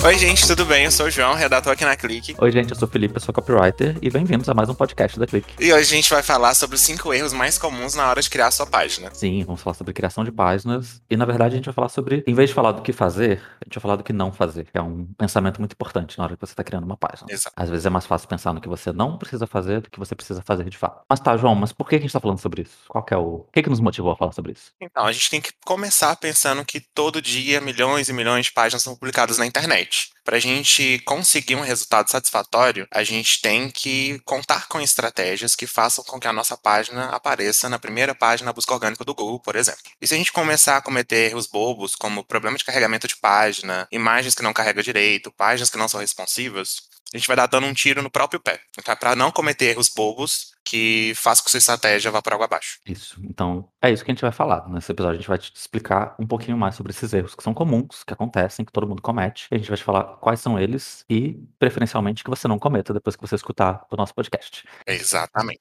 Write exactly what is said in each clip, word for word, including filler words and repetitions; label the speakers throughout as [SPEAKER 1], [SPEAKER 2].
[SPEAKER 1] Oi, gente, tudo bem? Eu sou o João, redator aqui na Clique.
[SPEAKER 2] Oi, gente, eu sou o Felipe, eu sou copywriter e bem-vindos a mais um podcast da Clique.
[SPEAKER 1] E hoje a gente vai falar sobre os cinco erros mais comuns na hora de criar a sua página.
[SPEAKER 2] Sim, vamos falar sobre criação de páginas e, na verdade, a gente vai falar sobre, em vez de falar do que fazer, a gente vai falar do que não fazer, que é um pensamento muito importante na hora que você está criando uma página.
[SPEAKER 1] Exato.
[SPEAKER 2] Às vezes é mais fácil pensar no que você não precisa fazer do que você precisa fazer de fato. Mas tá, João, mas por que a gente está falando sobre isso? Qual que é o... O que que nos motivou a falar sobre isso?
[SPEAKER 1] Então, a gente tem que começar pensando que todo dia milhões e milhões de páginas são publicadas na internet. Para a gente conseguir um resultado satisfatório, a gente tem que contar com estratégias que façam com que a nossa página apareça na primeira página da busca orgânica do Google, por exemplo. E se a gente começar a cometer erros bobos, como problema de carregamento de página, imagens que não carregam direito, páginas que não são responsivas, a gente vai dar dando um tiro no próprio pé. Então, é para não cometer erros bobos que façam com que sua estratégia vá por água abaixo.
[SPEAKER 2] Isso. Então, é isso que a gente vai falar. Nesse episódio a gente vai te explicar um pouquinho mais sobre esses erros que são comuns, que acontecem, que todo mundo comete. E a gente vai te falar quais são eles e, preferencialmente, que você não cometa depois que você escutar o nosso podcast.
[SPEAKER 1] Exatamente.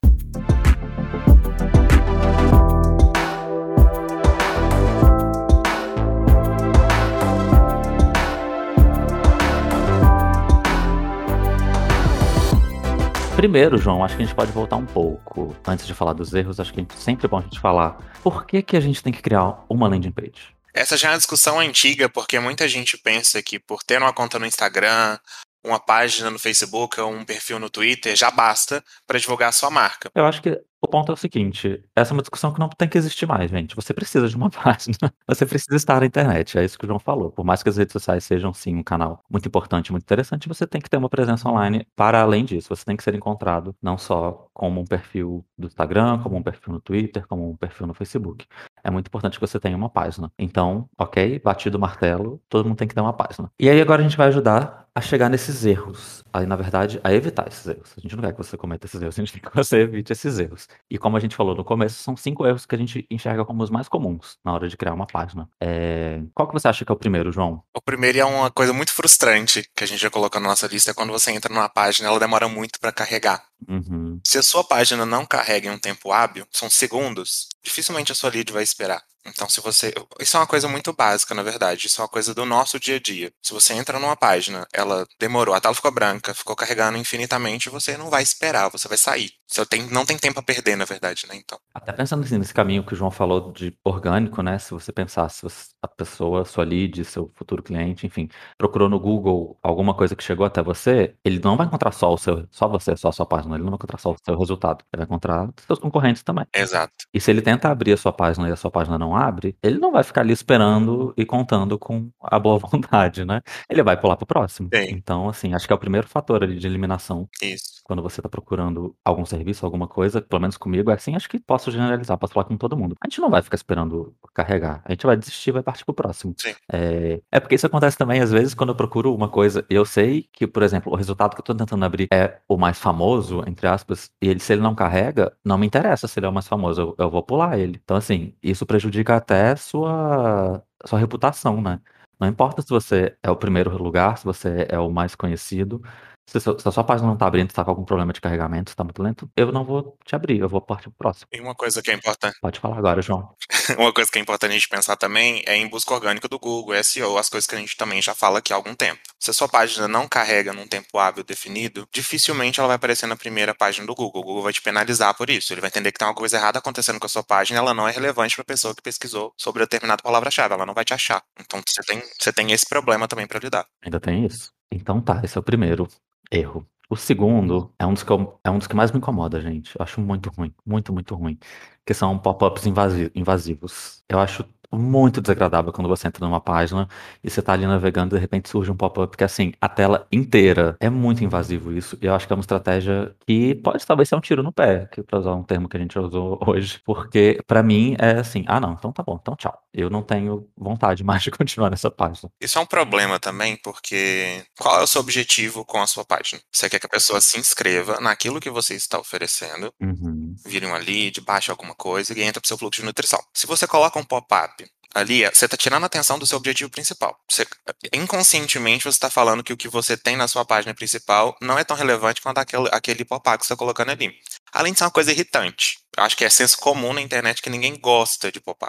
[SPEAKER 2] Primeiro, João, acho que a gente pode voltar um pouco. Antes de falar dos erros, acho que é sempre bom a gente falar por que, que a gente tem que criar uma landing page.
[SPEAKER 1] Essa já é uma discussão antiga, porque muita gente pensa que por ter uma conta no Instagram, uma página no Facebook ou um perfil no Twitter, já basta para divulgar a sua marca.
[SPEAKER 2] Eu acho que o ponto é o seguinte, essa é uma discussão que não tem que existir mais, gente. Você precisa de uma página, você precisa estar na internet, é isso que o João falou. Por mais que as redes sociais sejam, sim, um canal muito importante, muito interessante, você tem que ter uma presença online para além disso. Você tem que ser encontrado não só como um perfil do Instagram, como um perfil no Twitter, como um perfil no Facebook. É muito importante que você tenha uma página. Então, ok, batido o martelo, todo mundo tem que ter uma página. E aí agora a gente vai ajudar a chegar nesses erros. Aí, na verdade, a evitar esses erros. A gente não quer que você cometa esses erros, a gente quer que você evite esses erros. E como a gente falou no começo, são cinco erros que a gente enxerga como os mais comuns na hora de criar uma página. É... Qual que você acha que é o primeiro, João?
[SPEAKER 1] O primeiro é uma coisa muito frustrante que a gente já colocou na nossa lista, é quando você entra numa página e ela demora muito para carregar.
[SPEAKER 2] Uhum.
[SPEAKER 1] Se a sua página não carrega em um tempo hábil, são segundos, dificilmente a sua lead vai esperar. Então, se você... Isso é uma coisa muito básica, na verdade. Isso é uma coisa do nosso dia a dia. Se você entra numa página, ela demorou, a tela ficou branca, ficou carregando infinitamente, você não vai esperar, você vai sair. Você tem, não tem tempo a perder, na verdade, né? Então.
[SPEAKER 2] Até pensando assim, nesse caminho que o João falou de orgânico, né? Se você pensar, se você- a pessoa, sua lead, seu futuro cliente, enfim, procurou no Google alguma coisa que chegou até você, ele não vai encontrar só o seu, só você, só a sua página, ele não vai encontrar só o seu resultado. Ele vai encontrar seus concorrentes também.
[SPEAKER 1] Exato.
[SPEAKER 2] E se ele tenta abrir a sua página e a sua página não abre, ele não vai ficar ali esperando e contando com a boa vontade, né? Ele vai pular pro próximo.
[SPEAKER 1] Bem,
[SPEAKER 2] Então, assim, acho que é o primeiro fator ali de eliminação
[SPEAKER 1] isso.
[SPEAKER 2] quando você está procurando algum serviço, alguma coisa, pelo menos comigo, é assim, acho que posso generalizar, posso falar com todo mundo. A gente não vai ficar esperando carregar, a gente vai desistir, vai partir pro próximo.
[SPEAKER 1] Sim.
[SPEAKER 2] É, é porque isso acontece também, às vezes, quando eu procuro uma coisa, eu sei que, por exemplo, o resultado que eu tô tentando abrir é o mais famoso, entre aspas, e ele, se ele não carrega, não me interessa se ele é o mais famoso, eu, eu vou pular ele. Então, assim, isso prejudica até sua, sua reputação, né? Não importa se você é o primeiro lugar, se você é o mais conhecido, se, seu- se a sua página não tá abrindo, se tá com algum problema de carregamento, se tá muito lento, eu não vou te abrir, eu vou partir pro próximo.
[SPEAKER 1] E uma coisa que é importante.
[SPEAKER 2] Pode falar agora, João.
[SPEAKER 1] Uma coisa que é importante a gente pensar também é em busca orgânica do Google, S E O, as coisas que a gente também já fala aqui há algum tempo. Se a sua página não carrega num tempo hábil definido, dificilmente ela vai aparecer na primeira página do Google. O Google vai te penalizar por isso. Ele vai entender que tem alguma coisa errada acontecendo com a sua página e ela não é relevante para a pessoa que pesquisou sobre determinada palavra-chave. Ela não vai te achar. Então você tem, você tem esse problema também para lidar.
[SPEAKER 2] Ainda tem isso? Então tá, esse é o primeiro erro. O segundo é um dos que, eu- é um dos que mais me incomoda, gente. Eu acho muito ruim, muito, muito ruim. Que são pop-ups invasi- invasivos. Eu acho muito desagradável quando você entra numa página e você tá ali navegando e de repente surge um pop-up que, assim, a tela inteira. É muito invasivo isso. E eu acho que é uma estratégia que pode talvez ser um tiro no pé, que pra usar um termo que a gente usou hoje. Porque pra mim é assim, ah não, então tá bom, então tchau. Eu não tenho vontade mais de continuar nessa página.
[SPEAKER 1] Isso é um problema também, porque qual é o seu objetivo com a sua página? Você quer que a pessoa se inscreva naquilo que você está oferecendo,
[SPEAKER 2] Uhum.
[SPEAKER 1] vire uma lead, baixe alguma coisa e entra pro seu fluxo de nutrição. Se você coloca um pop-up ali, você está tirando a atenção do seu objetivo principal. Você, inconscientemente você está falando que o que você tem na sua página principal não é tão relevante quanto aquele, aquele pop-up que você está colocando ali. Além de ser uma coisa irritante. Eu acho que é senso comum na internet que ninguém gosta de pop-ups.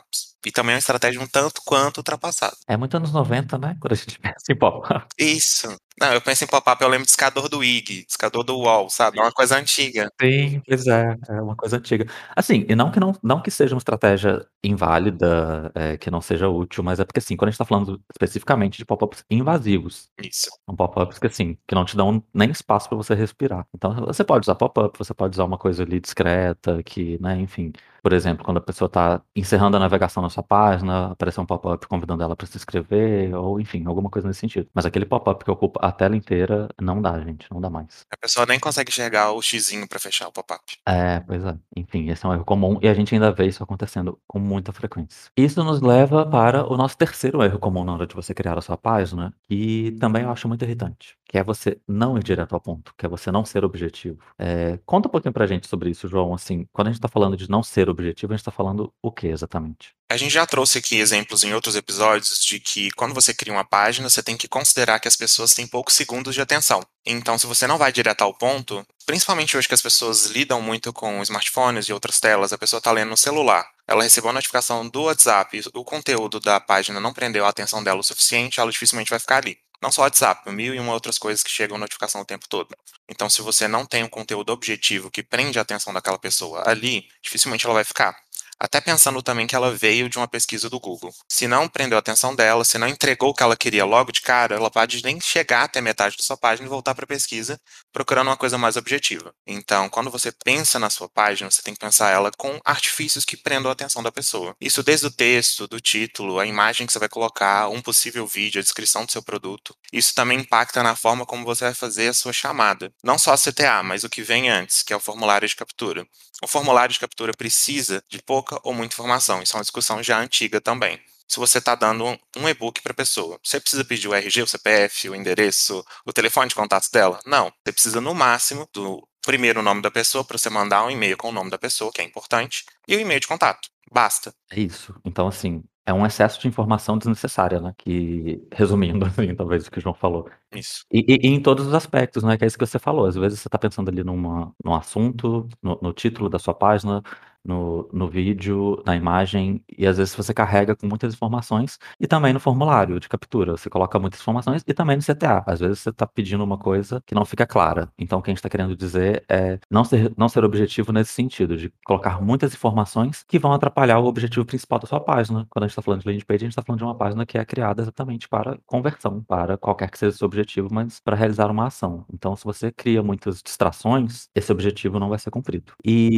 [SPEAKER 1] E também é uma estratégia um tanto quanto ultrapassada.
[SPEAKER 2] É muito anos noventa, né, quando a gente pensa em pop-up.
[SPEAKER 1] Isso. Não, eu penso em pop-up, eu lembro de discador do I G, discador do UOL, sabe, é uma coisa antiga.
[SPEAKER 2] Sim, pois é, é uma coisa antiga. Assim, e não que não não que seja uma estratégia inválida, eh, que não seja útil, mas é porque, assim, quando a gente tá falando especificamente de pop-ups invasivos,
[SPEAKER 1] Isso.
[SPEAKER 2] são pop-ups que, assim, que não te dão nem espaço pra você respirar. Então você pode usar pop-up, você pode usar uma coisa ali discreta que, né, enfim, por exemplo, quando a pessoa tá encerrando a navegação na sua página, aparecer um pop-up convidando ela pra se inscrever ou, enfim, alguma coisa nesse sentido. Mas aquele pop-up que ocupa a tela inteira, não dá, gente, não dá mais.
[SPEAKER 1] A pessoa nem consegue enxergar o xizinho pra fechar o pop-up.
[SPEAKER 2] É, pois é. Enfim, esse é um erro comum e a gente ainda vê isso acontecendo com muita frequência. Isso nos leva para o nosso terceiro erro comum na hora de você criar a sua página, e também eu acho muito irritante, que é você não ir direto ao ponto, que é você não ser objetivo. Eh, conta um pouquinho pra gente sobre isso, João, assim, quando a gente tá falando de não ser objetivo, a gente tá falando o quê exatamente?
[SPEAKER 1] A gente já trouxe aqui exemplos em outros episódios de que quando você cria uma página, você tem que considerar que as pessoas têm poucos segundos de atenção. Então, se você não vai direto ao ponto, principalmente hoje que as pessoas lidam muito com smartphones e outras telas, a pessoa está lendo no celular, ela recebeu a notificação do WhatsApp, o conteúdo da página não prendeu a atenção dela o suficiente, ela dificilmente vai ficar ali. Não só o WhatsApp, mil e uma outras coisas que chegam notificação o tempo todo. Então, se você não tem um conteúdo objetivo que prende a atenção daquela pessoa ali, dificilmente ela vai ficar. Até pensando também que ela veio de uma pesquisa do Google. Se não prendeu a atenção dela, se não entregou o que ela queria logo de cara, ela pode nem chegar até metade da sua página e voltar para a pesquisa, procurando uma coisa mais objetiva. Então, quando você pensa na sua página, você tem que pensar ela com artifícios que prendam a atenção da pessoa. Isso desde o texto, do título, a imagem que você vai colocar, um possível vídeo, a descrição do seu produto. Isso também impacta na forma como você vai fazer a sua chamada. Não só a C T A, mas o que vem antes, que é o formulário de captura. O formulário de captura precisa de pouca ou muita informação. Isso é uma discussão já antiga também. Se você está dando um, um e-book para a pessoa, você precisa pedir o R G, o C P F, o endereço, o telefone de contatos dela? Não. Você precisa, no máximo, do primeiro nome da pessoa para você mandar um e-mail com o nome da pessoa, que é importante, e o e-mail de contato. Basta.
[SPEAKER 2] É isso. Então, assim, é um excesso de informação desnecessária, né, que resumindo, assim, talvez o que o João falou.
[SPEAKER 1] Isso.
[SPEAKER 2] E e e em todos os aspectos, né, que é isso que você falou, às vezes você tá pensando ali numa num assunto, no no título da sua página, no no vídeo, na imagem, e às vezes você carrega com muitas informações, e também no formulário de captura, você coloca muitas informações, e também no C T A, às vezes você tá pedindo uma coisa que não fica clara. Então o que a gente tá querendo dizer é não ser não ser objetivo nesse sentido, de colocar muitas informações que vão atrapalhar o objetivo principal da sua página. Quando a gente tá falando de landing page, a gente tá falando de uma página que é criada exatamente para conversão, para qualquer que seja o seu objetivo, mas para realizar uma ação. Então, se você cria muitas distrações, esse objetivo não vai ser cumprido.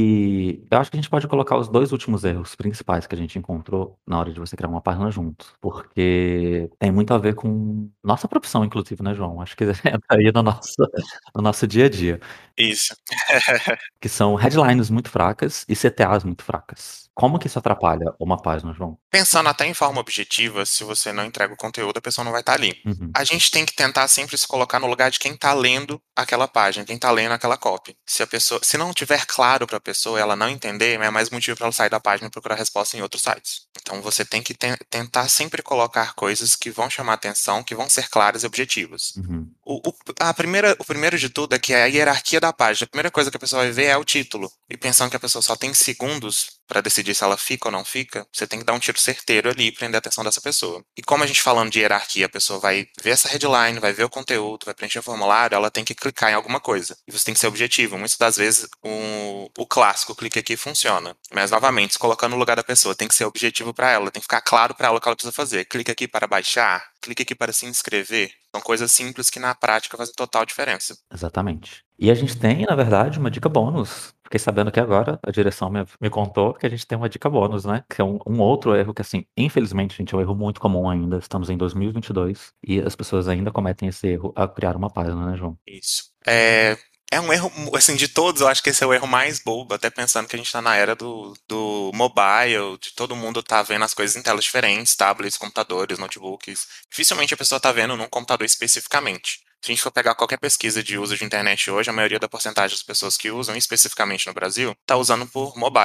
[SPEAKER 2] E eu acho que a gente pode colocar os dois últimos erros principais que a gente encontrou na hora de você criar uma página juntos, porque tem muito a ver com nossa profissão, inclusive, né, João? Acho que entra aí no nosso, no nosso dia a dia,
[SPEAKER 1] Isso.
[SPEAKER 2] que são headlines muito fracas e C T As muito fracas. Como que isso atrapalha uma página, João?
[SPEAKER 1] Pensando até em forma objetiva, se você não entrega o conteúdo, a pessoa não vai estar ali.
[SPEAKER 2] Uhum,
[SPEAKER 1] A gente tem que tentar sempre se colocar no lugar de quem está lendo aquela página, quem está lendo aquela copy. Se a pessoa, se não tiver claro para a pessoa, ela não entender, é mais motivo para ela sair da página e procurar resposta em outros sites. Então você tem que te- tentar sempre colocar coisas que vão chamar atenção, que vão ser claras e objetivas.
[SPEAKER 2] uhum,
[SPEAKER 1] O, o- a primeira, o primeiro de tudo é que é a hierarquia da página. A primeira coisa que a pessoa vai ver é o título. E pensando que a pessoa só tem segundos para decidir se ela fica ou não fica, você tem que dar um tiro certeiro ali e prender a atenção dessa pessoa. E como a gente falando de hierarquia, a pessoa vai ver essa headline, vai ver o conteúdo, vai preencher o formulário, ela tem que clicar em alguma coisa. E você tem que ser objetivo. Muitas das vezes o, o clássico clique aqui funciona. Mas novamente, se colocando no lugar da pessoa, tem que ser objetivo para ela, tem que ficar claro para ela o que ela precisa fazer. Clique aqui para baixar, clique aqui para se inscrever. São coisas simples que na prática fazem total diferença.
[SPEAKER 2] exatamente. E a gente tem, na verdade, uma dica bônus. Fiquei sabendo que agora a direção me, me contou que a gente tem uma dica bônus, né? Que é um, um outro erro que, assim, infelizmente, gente, é um erro muito comum ainda. Estamos em dois mil e vinte e dois e as pessoas ainda cometem esse erro ao criar uma página, né, João?
[SPEAKER 1] Isso. É, é um erro, assim, de todos, eu acho que esse é o erro mais bobo, até pensando que a gente tá na era do, do mobile, de todo mundo tá vendo as coisas em telas diferentes, tablets, computadores, notebooks. Dificilmente a pessoa tá vendo num computador especificamente. Se a gente for pegar qualquer pesquisa de uso de internet hoje, a maioria da porcentagem das pessoas que usam, especificamente no Brasil, tá usando por mobile.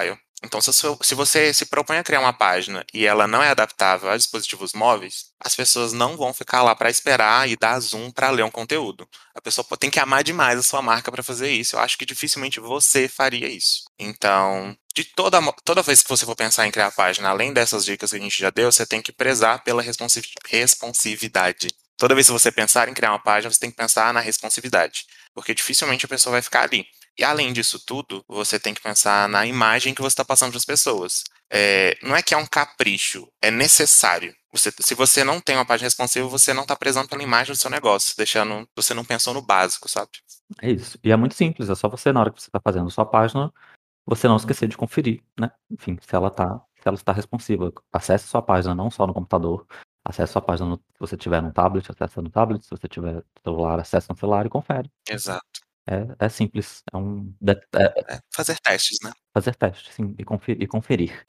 [SPEAKER 1] Então, se, se você se propõe a criar uma página e ela não é adaptável a dispositivos móveis, as pessoas não vão ficar lá para esperar e dar zoom para ler um conteúdo. A pessoa tem que amar demais a sua marca para fazer isso. Eu acho que dificilmente você faria isso. Então, de toda, toda vez que você for pensar em criar a página, além dessas dicas que a gente já deu, você tem que prezar pela responsiv responsividade. Toda vez que você pensar em criar uma página, você tem que pensar na responsividade, porque dificilmente a pessoa vai ficar ali. E além disso tudo, você tem que pensar na imagem que você está passando para as pessoas. É, não é que é um capricho, é necessário. Você, se você não tem uma página responsiva, você não está prezando pela imagem do seu negócio, deixando, você não pensou no básico, sabe?
[SPEAKER 2] É isso. E é muito simples, é só você, na hora que você está fazendo a sua página, você não esquecer de conferir, né? Enfim, se ela tá, se ela está responsiva. Acesse sua página não só no computador, acesse sua página no, se você tiver no tablet, acessa no tablet, se você tiver no celular, acessa no celular e confere.
[SPEAKER 1] Exato.
[SPEAKER 2] É, é simples, é um de- é
[SPEAKER 1] É fazer testes, né?
[SPEAKER 2] fazer teste, sim, e conferir, e conferir.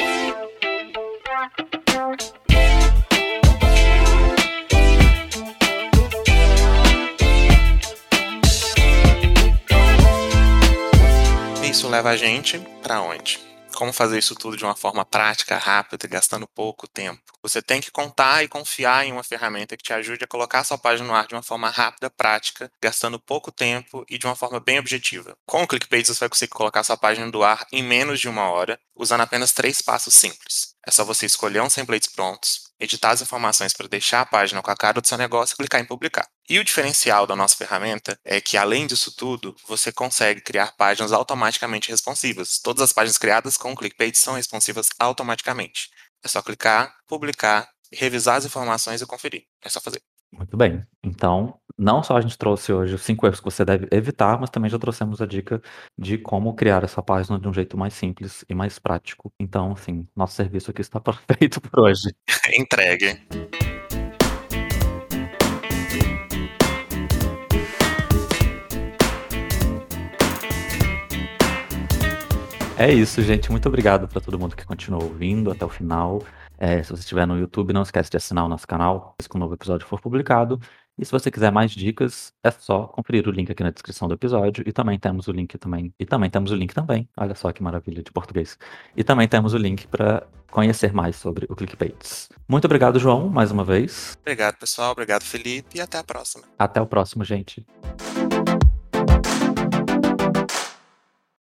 [SPEAKER 1] Isso leva a gente para onde? Como fazer isso tudo de uma forma prática, rápida, gastando pouco tempo? Você tem que contar e confiar em uma ferramenta que te ajude a colocar a sua página no ar de uma forma rápida, prática, gastando pouco tempo e de uma forma bem objetiva. Com o ClickBait, você vai conseguir colocar a sua página no ar em menos de uma hora, usando apenas três passos simples. É só você escolher uns templates prontos, editar as informações para deixar a página com a cara do seu negócio e clicar em publicar. E o diferencial da nossa ferramenta é que, além disso tudo, você consegue criar páginas automaticamente responsivas. Todas as páginas criadas com o ClickBait são responsivas automaticamente. É só clicar, publicar, revisar as informações e conferir. É só fazer.
[SPEAKER 2] Muito bem. Então, não só a gente trouxe hoje os cinco erros que você deve evitar, mas também já trouxemos a dica de como criar essa página de um jeito mais simples e mais prático. Então, assim, nosso serviço aqui está perfeito por hoje.
[SPEAKER 1] Entregue.
[SPEAKER 2] É isso, gente. Muito obrigado para todo mundo que continuou ouvindo até o final. É, se você estiver no YouTube, não esquece de assinar o nosso canal, se o novo episódio for publicado. E se você quiser mais dicas, é só conferir o link aqui na descrição do episódio. E também temos o link também. E também temos o link também. Olha só que maravilha de português. E também temos o link para conhecer mais sobre o ClickBaits. Muito obrigado, João, mais uma vez.
[SPEAKER 1] Obrigado, pessoal. Obrigado, Felipe. E até a próxima.
[SPEAKER 2] Até o próximo, gente.